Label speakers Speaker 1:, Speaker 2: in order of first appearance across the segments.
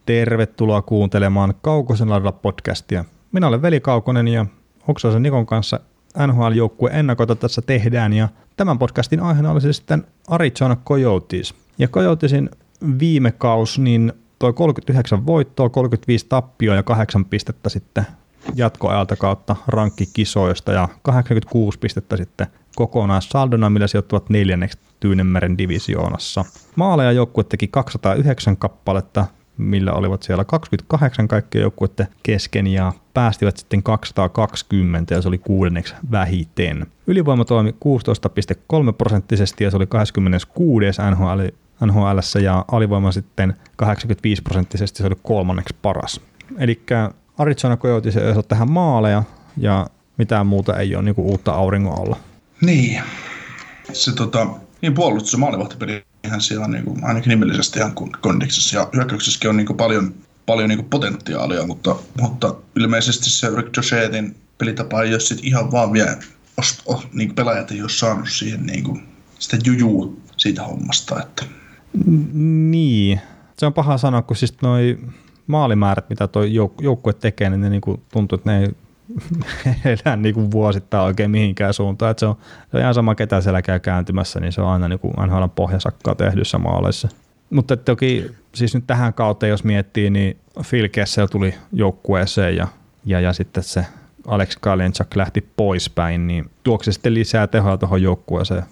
Speaker 1: tervetuloa kuuntelemaan Kaukosen laidalla podcastia. Minä olen Veli Kaukonen ja Oksasen Nikon kanssa NHL-joukkueen ennakoita tässä tehdään ja tämän podcastin aiheena olisi sitten Arizona Coyotes. Ja Coyotesin viime kausi niin toi 39 voittoa, 35 tappioa ja 8 pistettä sitten jatkoajalta kautta rankkikisoista ja 86 pistettä sitten kokonaissaldona, millä sijoittuvat 4. Tyynemeren divisioonassa. Maaleja joukkue teki 209 kappaletta, millä olivat siellä 28 kaikkia joukkueiden kesken ja päästivät sitten 220 ja se oli 6. vähiten. Ylivoima toimi 16,3% ja se oli 26. NHL:ssä ja alivoima sitten 85%, se oli 3. paras. Eli Arizona Coyotes ei ole tähän maaleja ja mitään muuta ei ole niin kuin uutta auringon alla.
Speaker 2: Niin, se niin puolustus- ja maalivahtipeli ihan siellä niin kuin, ainakin nimellisesti ihan kondiksessa ja hyökkäyksessäkin on niin kuin paljon niin kuin potentiaalia, mutta ilmeisesti se Ricochetin pelitapa ei ole sit ihan vaan vielä niin kuin pelaajat ei ole saanut siihen niin kuin sitä jujua siitä hommasta. Että.
Speaker 1: Niin, se on paha sanoa, kun siis noi maalimäärät, mitä tuo joukkue tekee, niin ne niin kuin tuntuu, että ne ei elää niin kuin vuosittain oikein mihinkään suuntaan. Että se on ihan sama, ketä siellä käy kääntymässä, niin se on aina niin kuin NHL:n pohjasakkaa tehdyissä maaleissa. Mutta toki siis nyt tähän kauteen, jos miettii, niin Phil Kessel tuli joukkueeseen ja sitten se Alex Galchenyuk lähti poispäin, niin tuoko se sitten lisää tehoa tuohon joukkueeseen?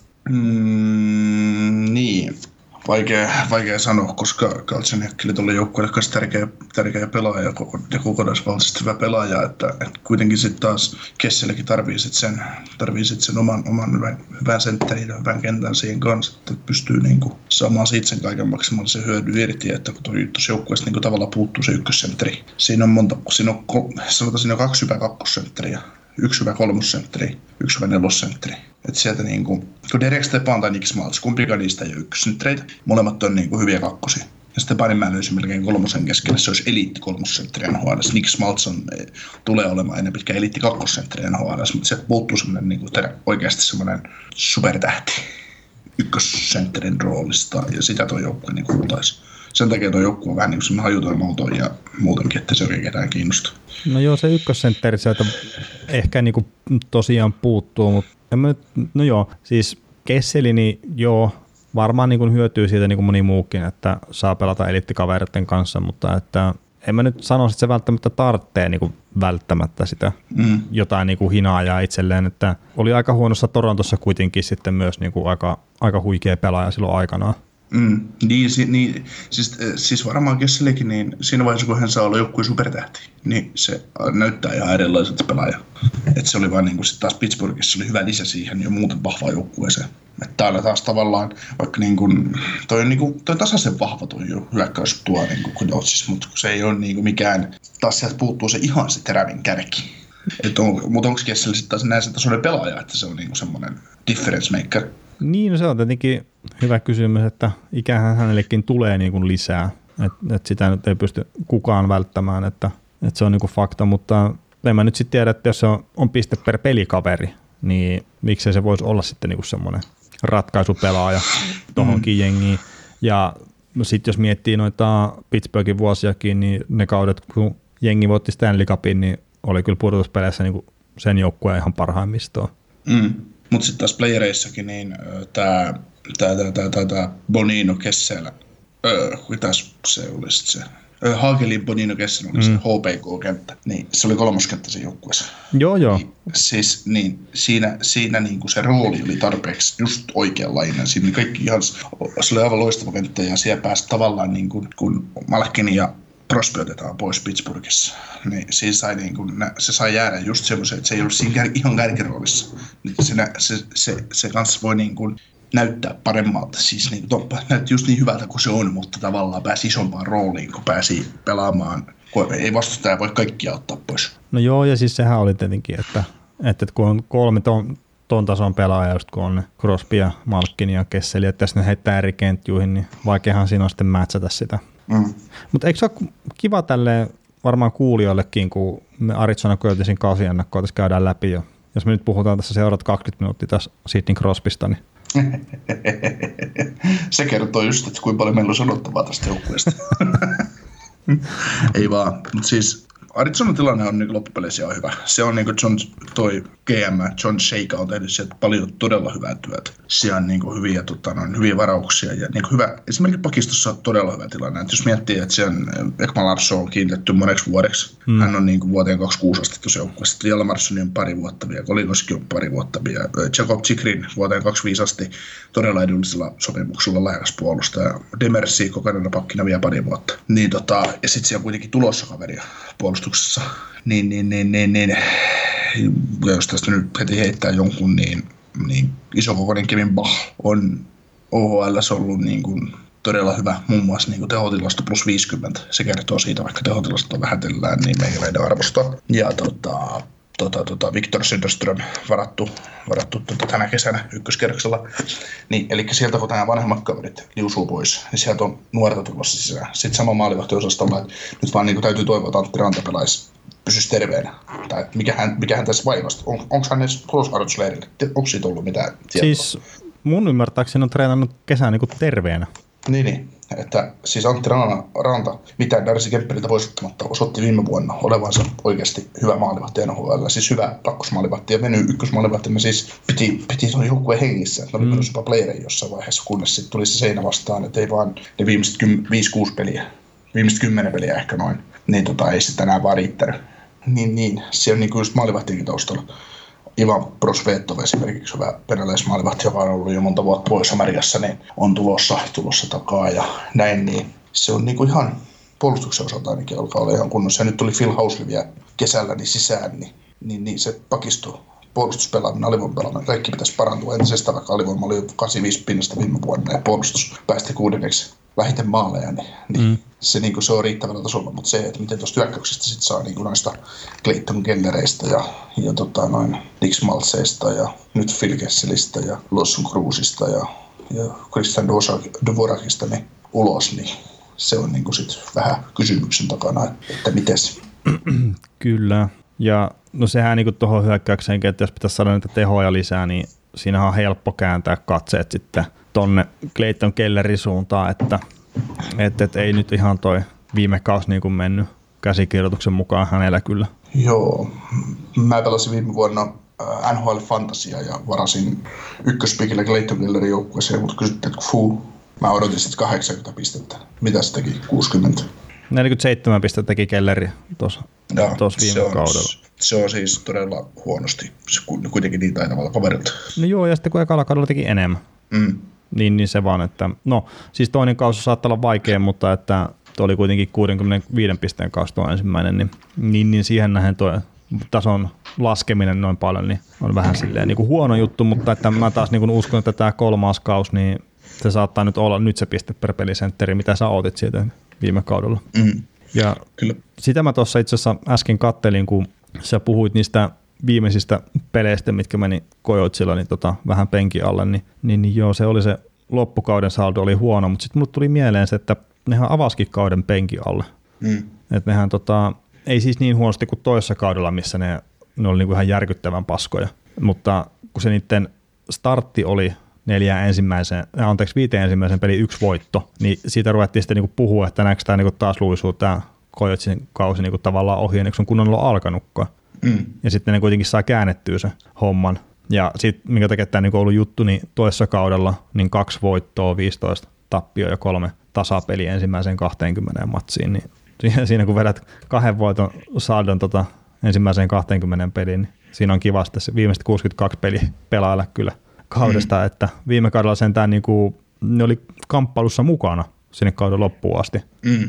Speaker 2: Niin. Vaikea sanoa, koska Galchenyuk tuli joukkueelle kanssa tärkeä pelaaja ja kokonaisvaltaisesti hyvä pelaaja, että kuitenkin sitten taas Kesselläkin tarvii sen oman hyvän sentterin ja hyvän kentän siihen kanssa, että pystyy niinku saamaan siitä sen kaiken maksimaalisen hyödyn irti, että kun tuossa joukkueessa niinku tavallaan puuttuu se ykkössentteri. Siinä on 2 hyvää kakkossentteriä, 1 hyvä kolmosentteri, 1 hyvä nelosentteri. Että sieltä niinku, kun Derek Stepan tai Nick Schmaltz, kumpikaan niistä ei ole ykkössenttereitä, molemmat on niinku hyviä kakkosia. Ja Stepanin mä löysin melkein 3 keskellä, se olisi eliitti kolmosentteri NHL:ssä. Nick Schmaltz tulee olemaan ennen pitkään eliitti kakkosentteri NHL:ssä, mutta sieltä puuttuu semmoinen niinku, oikeasti semmoinen supertähti ykkössentterin roolista, ja sitä tuo joukkue niinku huutaisi. Sen takia tuo joukkue on vähän niin kuin semmoinen hajutoimaton ja muutenkin, että se oikein ketään kiinnostaa.
Speaker 1: No joo, se ykkössentteri sieltä ehkä niinku tosiaan puuttuu, mutta no joo, siis Kesseli, niin joo, varmaan niinku hyötyy siitä niin kuin moni muukin, että saa pelata eliittikavereiden kanssa, mutta että en mä nyt sanoisi, että se välttämättä tarvitsee niinku välttämättä sitä jotain niinku hinaajaa itselleen, että oli aika huonossa Torontossa kuitenkin sitten myös niinku aika huikea pelaaja silloin aikanaan. Siis varmaan Kesselikin, niin siinä vaiheessa kun hän saa olla joku supertähti, niin se näyttää ihan erilaiselta pelaaja. Että se oli vaan niin kuin sitten taas Pittsburghissa oli hyvä lisä siihen jo muuten vahvaan joukkueeseen. Että täällä taas tavallaan, vaikka niin kuin, toi on tasaisen vahva toi hyökkäys tuo niin kuin Coyotes, mutta se ei ole niin kuin mikään, taas sieltä puuttuu se ihan se terävin kärki. Mutta onko Kesseli sitten taas näin se tasoinen pelaaja, että se on niin kuin semmoinen difference maker? Niin, no se on tietenkin hyvä kysymys, että ikähän hänellekin tulee niin kuin lisää, että sitä nyt ei pysty kukaan välttämään, että se on niin kuin fakta, mutta en mä nyt sitten tiedä, että jos se on piste per pelikaveri, niin miksei se voisi olla sitten niin kuin semmoinen ratkaisupelaaja tohonkin jengiin. Ja sitten jos miettii noita Pittsburghin vuosiakin, niin ne kaudet, kun jengi voitti Stanley Cupin, niin oli kyllä pudotuspeleissä niin kuin sen joukkueen ihan parhaimmistoon.
Speaker 2: Mutta sitten taas playereissakin, niin tämä Bonino Kessel, mitäs se oli sitten se, Hagelin Bonino Kessel oli se HPK-kenttä, niin se oli 3. kenttä siinä joukkueessa.
Speaker 1: Joo.
Speaker 2: Niin siinä niinku se rooli oli tarpeeksi just oikeanlainen. Siinä kaikki ihan, se oli aivan loistava kenttä ja siellä pääsi tavallaan, niin kun Malkin ja Crosby otetaan pois Pittsburghissa, niin se sai jäädä just semmoisen, että se ei ollut siinä ihan kärkiroolissa. Se kanssa voi niin kuin näyttää paremmalta, siis niin, näytti just niin hyvältä kuin se on, mutta tavallaan pääsi isompaan rooliin, kun pääsi pelaamaan, kun ei vastustaja voi kaikkia ottaa pois.
Speaker 1: No joo, ja siis sehän oli tietenkin, että kun on 3 ton tason pelaaja, just kun on Crosby ja Malkin ja Kesseli, että jos ne heittää eri kentjuihin, niin vaikeahan siinä on sitten matchata sitä. Mutta eikö se ole kiva tälleen varmaan kuulijoillekin, kun me Arizona Coyotesin kausiennakkoa tässä käydään läpi jo. Jos me nyt puhutaan tässä seuraavat 20 minuuttia tässä Sidney Crosbysta, niin
Speaker 2: se kertoo just, että kuinka paljon meillä on sanottavaa tästä joukkueesta.
Speaker 1: Ei vaan, mutta siis Arizonan tilanne on niin loppupeleissä ihan hyvä. Se on niin toi GM, John Shaka on tehnyt sieltä paljon todella hyvää työtä. Siellä on niin hyviä varauksia ja niin hyvä, esimerkiksi pakistossa on todella hyvä tilanne. Että jos miettii, että sen Ekman Larsson on kiinnitetty moneksi vuodeksi, hän on niin vuoteen 26 asti tuossa joukkueessa. Sitten Jalmarsson on pari vuotta vielä, Kolikoski on pari vuotta vielä, Jacob Chikrin vuoteen 25 asti todella edullisella sopimuksella lähekäs puolustaja. Demersi kokonainen pakkina vielä pari vuotta. Niin ja sitten siellä on kuitenkin tulossa kaveria puolustuksessa. Niin. Ja jos tästä nyt heti heittää jonkun, niin isokokoinen Kevin Bach on OHL:ssä ollut niin kuin todella hyvä, muun muassa niin tehotilasto plus 50. Se kertoo siitä, vaikka tehotilasto vähätellään, niin meikäläinen arvostaa. Ja Victor Söderström varattu tänä kesänä ykköskerroksella. Niin, eli sieltä kun nämä vanhemmat kaverit liusuu pois, niin sieltä on nuorta tulossa sisään. Sitten sama maalivahtiosastolla, että nyt vaan niin täytyy toivoa, että Antti Ranta pysyisi terveenä. Tai mikä hän tässä vaivasta. Onko hän edes tulosharjoitusleirillä? Onko siitä ollut mitään tietoa?
Speaker 3: Siis mun ymmärtääkseni on treenannut kesän niin terveenä.
Speaker 1: Niin, että siis Antti Ranta, mitä Darcy Kemperiltä voisittamatta, osoitti viime vuonna olevansa oikeasti hyvä maalivahti NHL, siis hyvä kakkosmaalivahti ja venyy ykkösmaalivahti, me siis piti tuon joukkueen hengissä, että ne oli menossa jopa playereihin jossain vaiheessa, kunnes sitten tuli se seinä vastaan, että ei vaan ne viimeiset 5-6 peliä, viimeiset 10 peliä ehkä noin, niin ei sitten enää vaan riittänyt. Niin, siellä on niin kuin just maalivahtienkin taustalla. Ivan Prosvetov esimerkiksi hyvä venäläismaalivahti, joka on ollut jo monta vuotta pois Amerikassa, niin on tulossa takaa ja näin, niin se on niinku ihan puolustuksen osalta ainakin alkaa olla ihan kunnossa. Ja nyt tuli Phil Housley vielä kesällä niin sisään, niin se pakisto puolustuspelaaminen, alivoimapelaaminen, kaikki pitäisi parantua entisestään, vaikka alivoima oli 85 pinnasta viime vuonna ja puolustus päästi 6. vähiten maaleja, niin se, niin se on riittävällä tasolla, mutta se, että miten tuosta hyökkäyksestä sit saa niin noista Clayton Kellereistä ja Nick Schmaltzeista ja nyt Phil Kesselistä ja Lawson Cruzista ja Christian Dvorakista niin ulos, niin se on niin sit vähän kysymyksen takana, että mites.
Speaker 3: Kyllä, ja no sehän niin tuohon hyökkäykseenkin, että jos pitäisi saada niitä tehoja lisää, niin siinähän on helppo kääntää katseet sitten tonne Clayton Kellerin suuntaan, että ei nyt ihan toi viime kausi niin kuin mennyt käsikirjoituksen mukaan hänellä kyllä.
Speaker 1: Joo, mä pelasin viime vuonna NHL Fantasia ja varasin ykköspikillä Clayton Kellerin joukkueeseen, mutta kysyttiin, että mä odotin sitten 80 pistettä. Mitä se teki? 60?
Speaker 3: 47 pistettä teki Kelleri tuossa viime kaudella.
Speaker 1: Se on siis todella huonosti, se kuitenkin niin taitavalla kaverilta.
Speaker 3: No joo, ja sitten kun ekalla kaudella teki enemmän. Niin se vaan, että no siis toinen kausi saattaa olla vaikea, mutta että tuo oli kuitenkin 65 pisteen kausi tuo ensimmäinen, niin siihen nähden tuo tason laskeminen noin paljon niin on vähän silleen niin kuin huono juttu, mutta että mä taas niin kuin uskon, että tämä kolmas kausi, niin se saattaa nyt olla nyt se piste per pelisentteri, mitä sä otit siitä viime kaudella. Ja kyllä. Sitä mä tuossa itse asiassa äsken kattelin, kun sä puhuit niistä viimeisistä peleistä, mitkä meni Kojotsilla niin vähän penkin alle, niin joo, se oli se loppukauden saldo oli huono, mutta sitten mulle tuli mieleen se, että nehän avasikin kauden penkin alle. Että nehän ei siis niin huonosti kuin toisessa kaudella, missä ne oli niinku ihan järkyttävän paskoja, mutta kun se niiden startti oli 5 ensimmäisen pelin 1 voitto, niin siitä ruvettiin sitten niinku puhua, että näetkö tämä niinku taas luisuu tämä Kojotsin kausi niinku tavallaan ohi, ennen kuin se on kunnolla alkanutkaan. Ja sitten ne kuitenkin saa käännettyä se homman. Ja sitten minkä takia tämä niinku ollut juttu, niin toisessa kaudella niin 2 voittoa, 15 tappio ja 3 tasapeliä ensimmäiseen 20 matsiin. Niin siinä kun vedät 2 voiton saldon ensimmäiseen 20 peliin, niin siinä on kiva sitten se viimeiset 62 peliä pelailla kyllä kaudesta, että viime kaudella sentään niinku, ne oli kamppailussa mukana sinne kauden loppuun asti.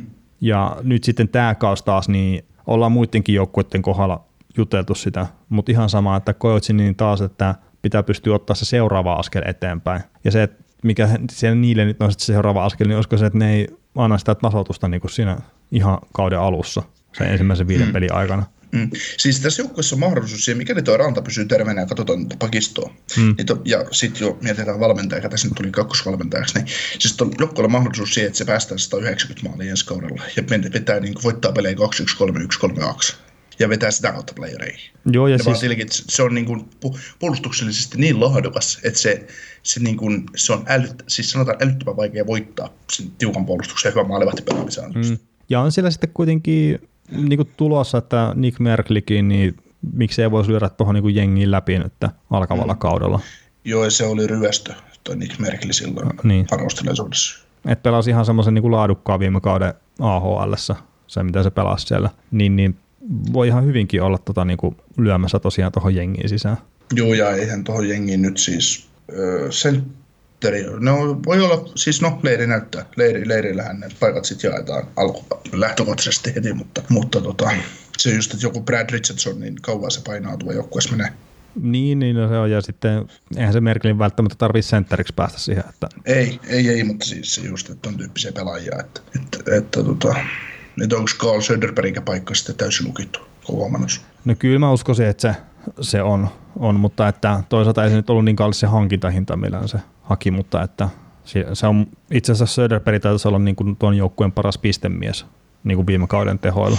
Speaker 3: Ja nyt sitten tämä kausi taas, niin ollaan muidenkin joukkueiden kohdalla juteltu sitä, mutta ihan sama, että Kojotsin niin taas, että pitää pystyä ottaa se seuraava askel eteenpäin. Ja se, että mikä siellä niille nyt on se seuraava askel, niin olisiko se, että ne ei anna sitä tasoitusta niin kuin siinä ihan kauden alussa, sen ensimmäisen 5 pelin aikana.
Speaker 1: Siis tässä joukkueessa on mahdollisuus siihen, mikäli tuo Ranta pysyy terveenä ja katsotaan niitä pakistoa. Ja sitten jo mietitään valmentaja, joka tässä nyt tuli kakkosvalmentajaksi, niin siis tuon joukkueella on mahdollisuus siihen, että se päästään 190 maalia ensi kaudella. Ja pitää niin voittaa pelejä 2-1, 3-1, 3-2. Ja vetää sitä kautta playereihin.
Speaker 3: Joo, ja siis
Speaker 1: se on niin kuin puolustuksellisesti niin laadukas, että se, niin kuin, se on siis sanotaan älyttömän vaikea voittaa sen tiukan puolustuksen ja hyvän maalivahtipelaamisen.
Speaker 3: Ja on siellä sitten kuitenkin niin tulossa, että Nick Merklikin, niin miksei voisi lyödä tuohon niin jengiin läpi nyt alkavalla kaudella.
Speaker 2: Joo, se oli ryöstö, toi Nick Merkli silloin arvostelijaisuudessa.
Speaker 3: Et pelasi ihan semmoisen niin laadukkaan viime kauden AHL:ssä, se mitä se pelasi siellä, niin voi ihan hyvinkin olla niin lyömässä tosiaan tuohon jengiin sisään.
Speaker 2: Joo, ja eihän tuohon jengiin nyt siis sentteri, no voi olla, siis leiri näyttää, leirillähän ne paikat sitten jaetaan lähtökohtaisesti heti, mutta se just, että joku Brad Richardson, niin kauan se painaa tuo joukkueessa menee.
Speaker 3: Niin no se on, ja sitten eihän se Merkelin välttämättä tarvitse sentteriksi päästä siihen. Että...
Speaker 2: Ei, mutta siis se just, että on tyyppisiä pelaajia, että onko Carl Söderbergin paikka sitten täysin lukittu koko manossa?
Speaker 3: No kyllä mä uskoisin, että se on, mutta että toisaalta ei se nyt ollut niin kallis se hankintahinta, millään se haki, mutta että se on itse asiassa Söderberg taisi olla niin kuin tuon joukkueen paras pistemies niin kuin viime kauden tehoilla.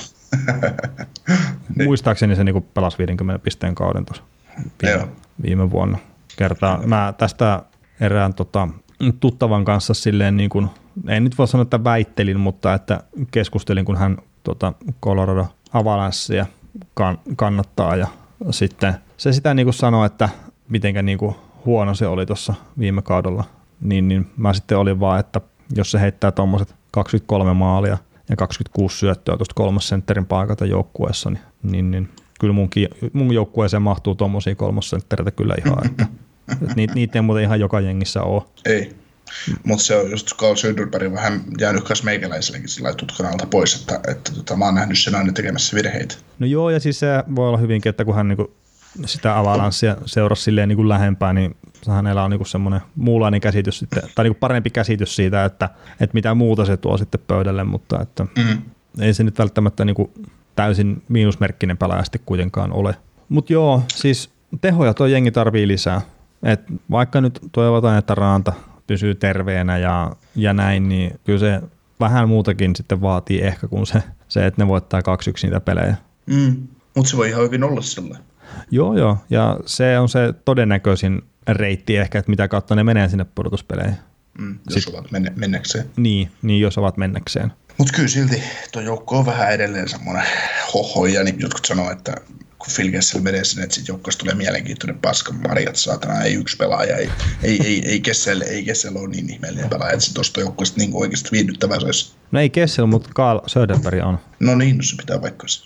Speaker 3: Muistaakseni se niin kuin pelasi 50 pisteen kauden tuossa viime vuonna. Mä tästä erään tuttavan kanssa silleen niin kuin, en nyt voi sanoa, että väittelin, mutta että keskustelin, kun hän Colorado Avalancea kannattaa ja sitten se sitä niin kuin sanoi, että mitenkä niin kuin huono se oli tuossa viime kaudella, niin mä sitten olin vaan, että jos se heittää tuommoiset 23 maalia ja 26 syöttöä tuosta kolmosentterin paikalta joukkueessa, niin kyllä mun joukkueeseen mahtuu tuommoisia kolmosenttereitä kyllä ihan, että niitä ei muuten ihan joka jengissä ole.
Speaker 2: Ei, mutta se on just Carl Söderberg vähän jäänyt myös meikäläisellekin sillä tutkan alta pois, että mä oon nähnyt sen aina tekemässä virheitä.
Speaker 3: No joo, ja siis se voi olla hyvinkin, että kun hän niinku sitä Avalancea seurasi silleen niinku lähempää, niin hänellä on niinku semmoinen muunlainen käsitys sitten, tai niinku parempi käsitys siitä, että mitä muuta se tuo sitten pöydälle, mutta että ei se nyt välttämättä niinku täysin miinusmerkkinen pelaaja sitten kuitenkaan ole. Mutta joo, siis tehoja tuo jengi tarvii lisää. Et vaikka nyt toivotaan, että Raanta pysyy terveenä ja näin, niin kyllä se vähän muutakin sitten vaatii ehkä kuin se että ne voittaa 2-1 niitä pelejä.
Speaker 2: Mutta se voi ihan hyvin olla sellainen.
Speaker 3: Joo, ja se on se todennäköisin reitti ehkä, että mitä kautta ne menee sinne pudotuspeleihin.
Speaker 2: Jos ovat mennäkseen.
Speaker 3: Niin, jos ovat mennäkseen.
Speaker 2: Mutta kyllä silti tuo joukko on vähän edelleen semmoinen hohoja, niin jotkut sanoo, että kun Phil Kessel menee sinne, että sitten joukkoista tulee mielenkiintoinen paska, marjat saatana, ei yksi pelaaja, ei Kessel ole niin ihmeellinen pelaaja, että se tuosta joukkoista niin oikeasti viihdyttävää se olisi.
Speaker 3: No ei Kessel, mutta Carl Söderberg on.
Speaker 2: No niin, se pitää paikkansa.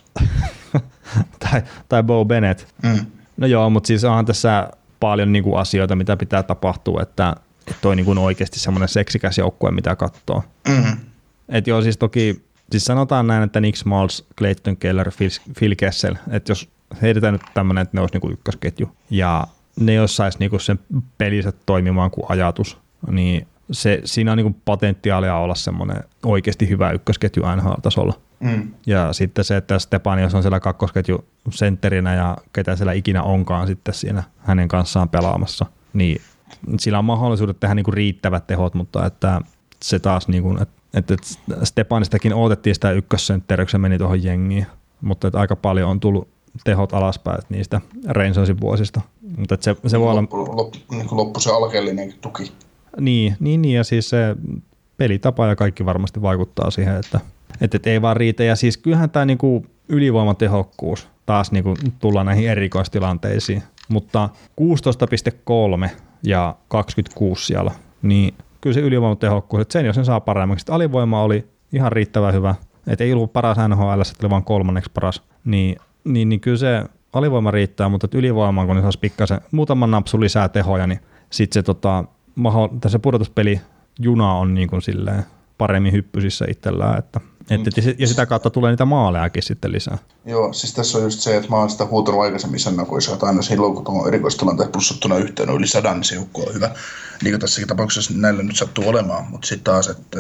Speaker 3: tai Bo Bennett. No joo, mutta siis onhan tässä paljon niinku asioita, mitä pitää tapahtua, että toi niinku on oikeasti semmoinen seksikäs joukkue, mitä katsoo. Että joo, siis toki, siis sanotaan näin, että Nick Smalls, Clayton Keller, Phil Kessel, että jos heitetään nyt tämmöinen, että ne olisi niinku ykkösketju, ja ne jos sais niinku sen pelinsä toimimaan kuin ajatus, niin siinä on niinku potentiaalia olla semmoinen oikeasti hyvä ykkösketju NHL-tasolla. Ja sitten se, että Stepanios on siellä kakkosketju sentterinä ja ketä siellä ikinä onkaan sitten siinä hänen kanssaan pelaamassa, niin sillä on mahdollisuudet tehdä niinku riittävät tehot, mutta että se taas, niinku, että Stepanistakin odotettiin sitä ykkössentteriä, kun se meni tuohon jengiin, mutta että aika paljon on tullut tehot alaspäin niistä Reinsonsin vuosista. Mutta että se voi olla...
Speaker 2: Loppu se alkeellinenkin tuki.
Speaker 3: Niin, ja siis se pelitapa ja kaikki varmasti vaikuttaa siihen, että ei vaan riitä. Ja siis kyllähän tämä niinku ylivoimatehokkuus taas niinku tullaan näihin erikoistilanteisiin, mutta 16,3 ja 26 siellä, niin kyllä se ylivoimatehokkuus, että sen jos sen saa paremmaksi. Alivoima oli ihan riittävän hyvä, että ei ollut paras NHL, se oli vaan 3. paras, niin kyllä se alivoima riittää, mutta ylivoimaan, kun ne saisi pikkasen muutaman napsun lisää tehoja, niin sitten se tässä pudotuspeli juna on niin kuin silleen paremmin hyppysissä itsellään, ja sitä kautta tulee niitä maalejakin sitten lisää.
Speaker 2: Joo, siis tässä on just se, että mä oon sitä huutanut aikaisemmin sannakoissa, että aina silloin, kun tuon erikoistilanteen plussattuna yhteen yli 100, niin se joukko on hyvä. Niin kuin tässäkin tapauksessa näillä nyt sattuu olemaan, mutta sitten taas, että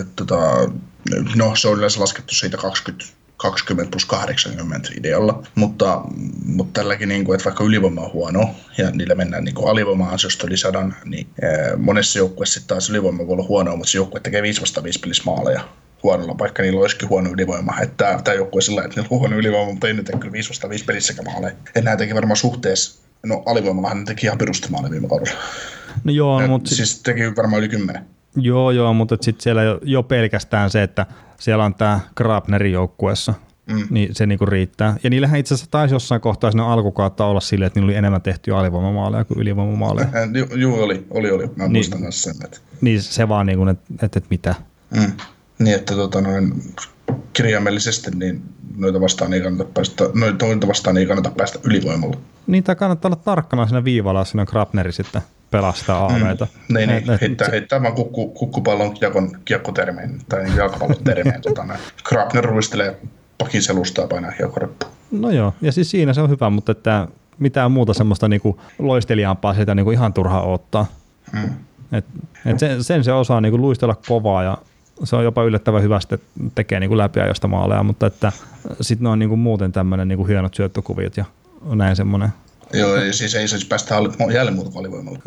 Speaker 2: se on yleensä laskettu siitä 20 plus 80 idealla, mutta tälläkin, niin kuin, että vaikka ylivoima on huono ja niillä mennään niin alivoima-ansiosta yli 100, niin monessa joukkueessa sitten taas ylivoima voi olla huonoa, mutta se joukkue tekee 5-5 pelissä maaleja huonolla, vaikka niillä olisikin huono ylivoima. Että tämä joukkue sillä että niillä on huono ylivoima, mutta ei ne tee kyllä 5-5 pelissäkään maaleja. Ja nämä teki varmaan suhteessa, alivoimallahan ne teki ihan perusti maaleja viime kaudella.
Speaker 3: No joo, mutta...
Speaker 2: Siis teki varmaan yli 10.
Speaker 3: Joo, mutta sitten siellä jo pelkästään se, että siellä on tämä Grabnerin joukkueessa, niin se niinku riittää. Ja niillähän itse asiassa taisi jossain kohtaa siinä alkukautta olla silleen, että niillä oli enemmän tehtyä alivoimamaaleja kuin ylivoimamaaleja.
Speaker 2: Joo, oli. Mä muistan myös sen. Että...
Speaker 3: Niin se vaan, niinku, että mitä.
Speaker 2: Niin, että kirjaimellisesti niin noita vastaan ei kannata päästä ylivoimalla.
Speaker 3: Niin, tai kannattaa olla tarkkana siinä viivalla, jos siinä Grabneri sitten pelastaa aaveita.
Speaker 2: Niin, heittää vaan kukkupallon kiekkotermeen tai jalkapallon termeen. Grabner ruistelee pakin selustaa ja painaa hiekkoreppuun.
Speaker 3: No joo, ja siis siinä se on hyvä, mutta että mitään muuta semmoista niinku loisteliaampaa sitä niinku ihan turhaa odottaa. Sen se osaa niinku luistella kovaa ja se on jopa yllättävän hyvä, että tekee niinku läpiajosta maaleja, mutta että sitten ne on niinku muuten tämmöinen niinku hienot syöttökuviot ja näin semmoinen.
Speaker 2: Joo, ja siis ei saisi päästä jälleen muuta kuin alivoimalla.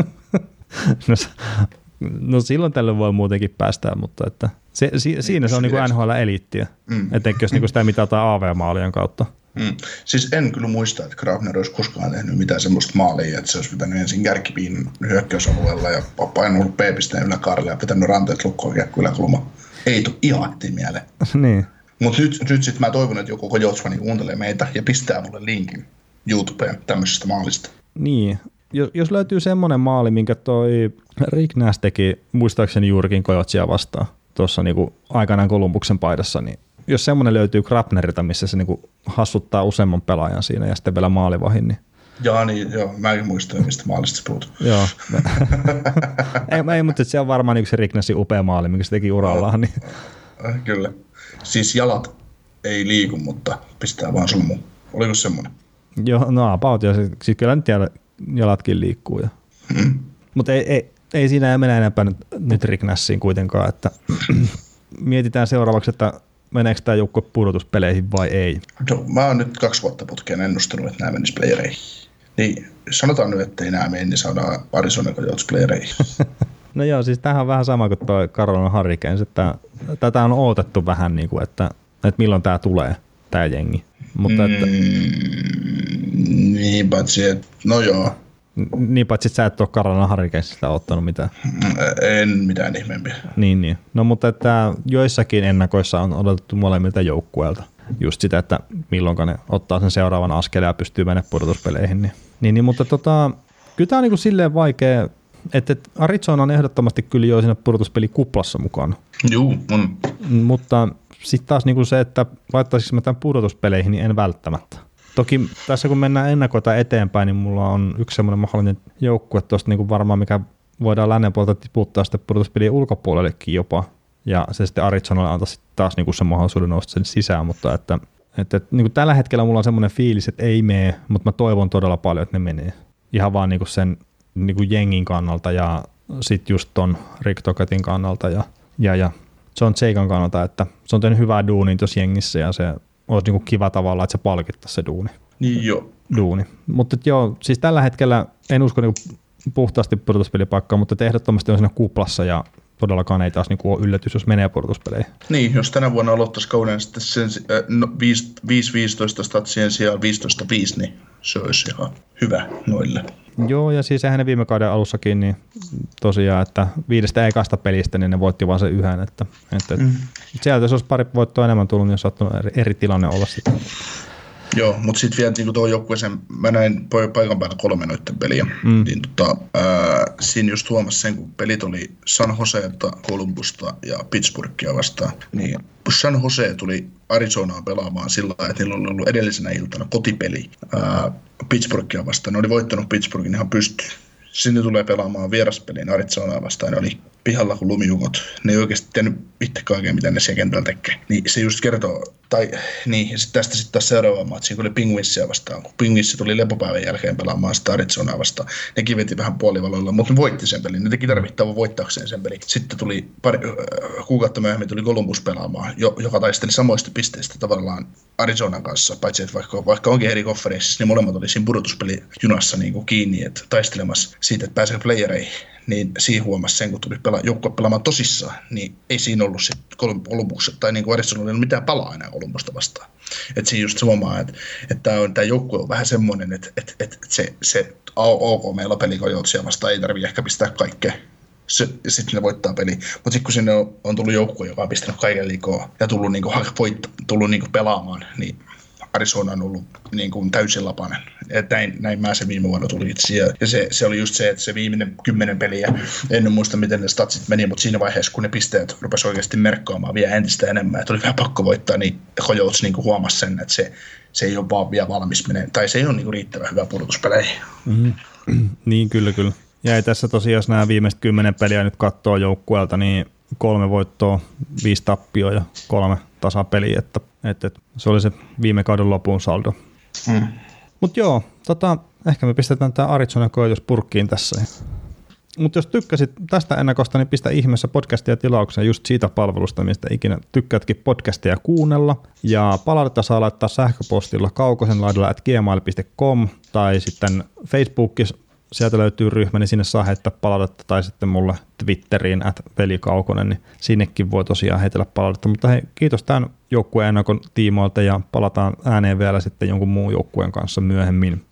Speaker 3: No silloin tällöin voi muutenkin päästää, mutta että siinä se on niinku NHL-eliittiä, etenkin jos niinku sitä mitataan AV-maalien kautta.
Speaker 2: Siis en kyllä muista, että Grabner olisi koskaan tehnyt mitään semmoista maalia, että se olisi pitänyt ensin kärkipiin hyökkäysalueella ja painunut B-pisteen yläkaarelle ja pitänyt ranteet lukkoon kiekko yläkulma. Ei tule ihan mieleen.
Speaker 3: Niin.
Speaker 2: Mutta nyt sitten mä toivon, että joku Coyotes-fani kuuntelee meitä ja pistää mulle linkin YouTubeen tämmöisestä maalista.
Speaker 3: Niin. Jos löytyy semmoinen maali, minkä toi Rick Nash teki muistaakseni juurikin Coyotesia vastaan tuossa niinku aikanaan Columbuksen paidassa, niin jos semmoinen löytyy Grabnerilta, missä se niinku hassuttaa useamman pelaajan siinä ja sitten vielä maalivahin, niin...
Speaker 2: Joo, mäkin muistan, mistä maalista puhut.
Speaker 3: Joo. ei, mutta se on varmaan yksi Rick Nashin upea maali, minkä se teki urallaan. Niin.
Speaker 2: Kyllä. Siis jalat ei liiku, mutta pistää vaan solmuun. Oliko semmoinen?
Speaker 3: Joo, no about. Siis kyllä nyt jalatkin liikkuu. Mutta ei siinä mene enempää nyt Rick Nashiin kuitenkaan, että mietitään seuraavaksi, että meneekö tämä joukkue pudotuspeleihin vai ei?
Speaker 2: No, mä oon nyt 2 vuotta putkeen ennustanut, että nämä menis playereihin. Niin, sanotaan nyt, että ei nämä mene, niin saadaan Arizona Coyotes playereihin.
Speaker 3: No joo, siis tämähän on vähän sama kuin tuo Carolina Hurricanes, että tätä on odotettu vähän niin kuin, että milloin tämä tulee, tämä jengi. Mutta että...
Speaker 2: Niin, paitsi, että no joo.
Speaker 3: Niin, paitsi että sä et ole Carolina Hurricanesista ottanut mitään.
Speaker 2: En mitään ihmeempiä.
Speaker 3: Niin. No mutta että joissakin ennakoissa on odotettu molemmilta joukkueilta just sitä, että milloin ne ottaa sen seuraavan askeleen ja pystyy mennä pudotuspeleihin. Niin, mutta kyllä tämä on niin kuin silleen vaikea, että Arizona on ehdottomasti kyllä jo siinä pudotuspelikuplassa mukana.
Speaker 2: Juu, on.
Speaker 3: Mutta sitten taas niin kuin se, että laittaisinko mä tämän pudotuspeleihin, niin en välttämättä. Toki tässä kun mennään ennakoita eteenpäin, niin mulla on yksi semmoinen mahdollinen joukkue tuosta niin kuin varmaan, mikä voidaan lännen puolelta tiputtaa sitten pudotuspelien ulkopuolellekin jopa. Ja se sitten Arizonalle antaisi taas niin kuin sen mahdollisuuden nousta sen sisään, mutta että niin kuin tällä hetkellä mulla on semmoinen fiilis, että ei mene, mutta mä toivon todella paljon, että ne menee. Ihan vaan niin kuin sen niin kuin jengin kannalta ja sitten just ton Rick Tocchettin kannalta ja John Chaykan kannalta, että se on tehnyt hyvää duunia tuossa jengissä ja se olisi niin kuin kiva tavalla, että se palkittaisi se
Speaker 2: Niin jo.
Speaker 3: duuni. Mutta joo, siis tällä hetkellä en usko niin puhtaasti pudotuspelipaikkaa, mutta ehdottomasti on siinä kuplassa ja todellakaan ei taas niinku ole yllätys, jos menee pudotuspeleihin.
Speaker 2: Niin, jos tänä vuonna aloittaisi kauden sitten sen 5-15 statsien sijaan 15-5, niin se olisi ihan hyvä noille.
Speaker 3: Joo, ja siis eihän ne viime kauden alussakin, niin tosiaan, että 5 ekasta pelistä, niin ne voitti vaan sen yhden. Että sieltä jos olisi pari voittoa enemmän tullut, niin olisi saattanut eri tilanne olla sitä.
Speaker 2: Joo, mutta sitten vielä niin tuo joukkueeseen, mä näin paikan päällä 3 noitten peliä, niin siinä just huomasi sen, kun pelit oli San Joseta, Columbusta ja Pittsburghia vastaan, niin San Jose tuli Arizonaan pelaamaan sillä lailla, että niillä oli ollut edellisenä iltana kotipeli Pittsburghia vastaan, ne oli voittanut Pittsburghin ihan pystyyn. Sinne tulee pelaamaan vieraspeliin Arizonaa vastaan, ne oli pihalla kuin lumijukot. Ne ei oikeasti tiennyt itsekään oikein, mitä ne siellä kentällä tekee. Niin se just kertoo, ja tästä sitten taas seuraava matsi, kun oli Penguinsia vastaan. Kun Penguinsia tuli lepopäivän jälkeen pelaamaan sitä Arizonaa vastaan, nekin veti vähän puolivaloilla, mutta ne voitti sen pelin. Ne teki tarvittavaa voittaakseen sen pelin. Sitten tuli kuukautta myöhemmin tuli Columbus pelaamaan, joka taisteli samoista pisteistä tavallaan Arizonan kanssa, paitsi että vaikka onkin eri konferenssissa, niin molemmat oli siinä pudotuspelijunassa niin kuin kiinni, että taistelemassa siitä, että pääsee playereihin. Niin siinä huomasi sen, kun tuli joukkue pelaamaan tosissaan, niin ei siinä ollut sitten Columbukset tai niin kuin Arizonalla ei ollut mitään palaa enää Columbusta vastaan. Että siinä just huomaa, että tämä joukkue on vähän semmoinen, että se OK meillä pelikojoutsia vastaan ei tarvitse ehkä pistää kaikkea sitten ne voittaa peli. Mutta sitten kun sinne on tullut joukkue, joka on pistänyt kaiken likoon ja tullut, tullut pelaamaan, niin Arizona on ollut niin kuin täysin lapainen. Näin mä se viime vuonna tulkitsin. Ja se oli just se, että se viimeinen 10 peliä, en muista miten ne statsit meni, mutta siinä vaiheessa, kun ne pisteet rupesi oikeasti merkkaamaan vielä entistä enemmän, että oli vähän pakko voittaa, niin Coyotes niin huomasi sen, että se ei ole vaan vielä valmis menee, tai se ei ole niin riittävän hyvä pudotuspeleihin.
Speaker 3: Mm-hmm. Niin, kyllä. Ja ei tässä tosiaan, jos nämä viimeiset 10 peliä nyt katsoo joukkueelta, niin 3 voittoa, 5 tappioa ja 3 tasapeliä, että se oli se viime kauden lopun saldo. Mutta joo, ehkä me pistetään tämä Arizona Coyotes purkkiin tässä. Mutta jos tykkäsit tästä ennakosta, niin pistä ihmeessä podcastia tilaukseen just siitä palvelusta, mistä ikinä tykkäätkin podcastia kuunnella. Ja palautetta saa laittaa sähköpostilla kaukosenlaidalla@gmail.com tai sitten Facebookissa. Sieltä löytyy ryhmä, niin sinne saa heittää palautetta tai sitten mulle Twitteriin @velikaukonen, niin sinnekin voi tosiaan heitellä palautetta. Mutta hei, kiitos tämän joukkueen ennakon tiimoilta ja palataan ääneen vielä sitten jonkun muun joukkueen kanssa myöhemmin.